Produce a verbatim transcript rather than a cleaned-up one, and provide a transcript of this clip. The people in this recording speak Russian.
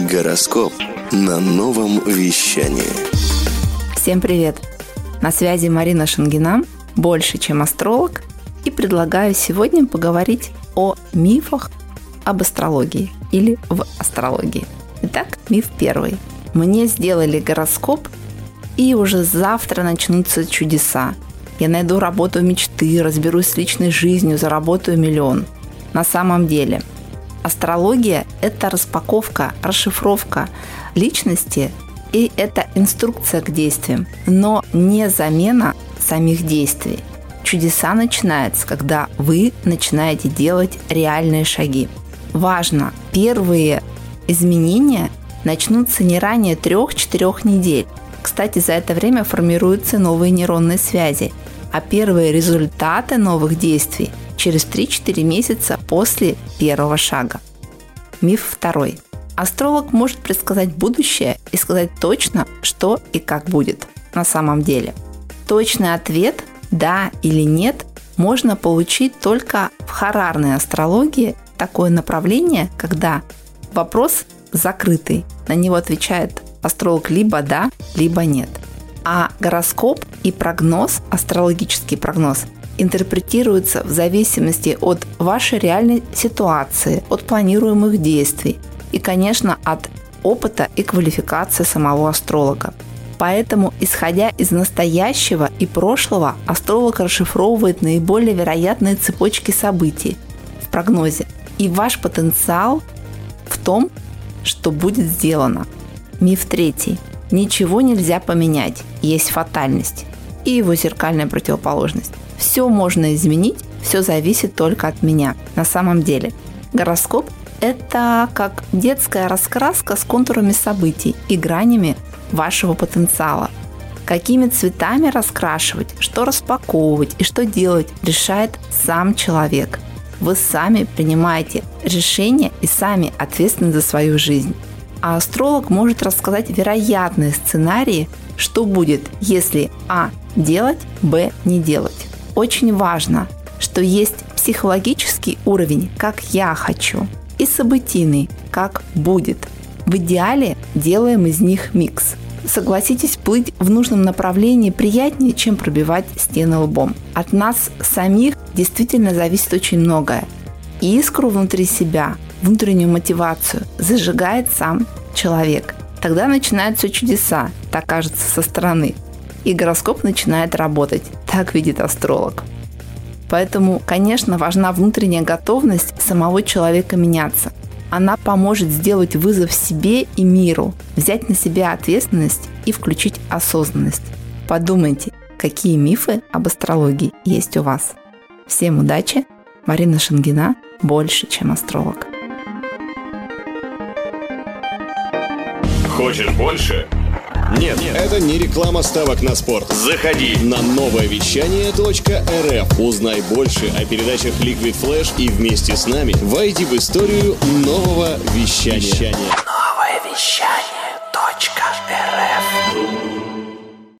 Гороскоп на новом вещании. Всем привет! На связи Марина Шангина, больше, чем астролог, и предлагаю сегодня поговорить о мифах об астрологии или в астрологии. Итак, миф первый. Мне сделали гороскоп, и уже завтра начнутся чудеса. Я найду работу мечты, разберусь с личной жизнью, заработаю миллион. На самом деле, астрология – это распаковка, расшифровка личности, и это инструкция к действиям, но не замена самих действий. Чудеса начинаются, когда вы начинаете делать реальные шаги. Важно, первые изменения начнутся не ранее трех-четырех недель. Кстати, за это время формируются новые нейронные связи, а первые результаты новых действий через три-четыре месяца после первого шага. Миф второй. Астролог может предсказать будущее и сказать точно, что и как будет на самом деле. Точный ответ «да» или «нет» можно получить только в хорарной астрологии, такое направление, когда вопрос закрытый, на него отвечает астролог либо «да», либо «нет». А гороскоп и прогноз, астрологический прогноз, интерпретируется в зависимости от вашей реальной ситуации, от планируемых действий и, конечно, от опыта и квалификации самого астролога. Поэтому, исходя из настоящего и прошлого, астролог расшифровывает наиболее вероятные цепочки событий в прогнозе. И ваш потенциал в том, что будет сделано. Миф третий. Ничего нельзя поменять, есть фатальность и его зеркальная противоположность. Все можно изменить, все зависит только от меня. На самом деле, гороскоп – это как детская раскраска с контурами событий и гранями вашего потенциала. Какими цветами раскрашивать, что распаковывать и что делать, решает сам человек. Вы сами принимаете решения и сами ответственны за свою жизнь. А астролог может рассказать вероятные сценарии, что будет, если а. делать, б. не делать. Очень важно, что есть психологический уровень, как я хочу, и событийный, как будет. В идеале делаем из них микс. Согласитесь, плыть в нужном направлении приятнее, чем пробивать стены лбом. От нас самих действительно зависит очень многое. И искру внутри себя, внутреннюю мотивацию зажигает сам человек. Тогда начинаются чудеса, так кажется со стороны. И гороскоп начинает работать, так видит астролог. Поэтому, конечно, важна внутренняя готовность самого человека меняться. Она поможет сделать вызов себе и миру, взять на себя ответственность и включить осознанность. Подумайте, какие мифы об астрологии есть у вас. Всем удачи! Марина Шангина, больше, чем астролог. Хочешь больше? Нет, нет, это не реклама ставок на спорт. Заходи на новое вещание точка эр эф. Узнай больше о передачах Liquid Flash и вместе с нами войди в историю нового вещания. Новое вещание.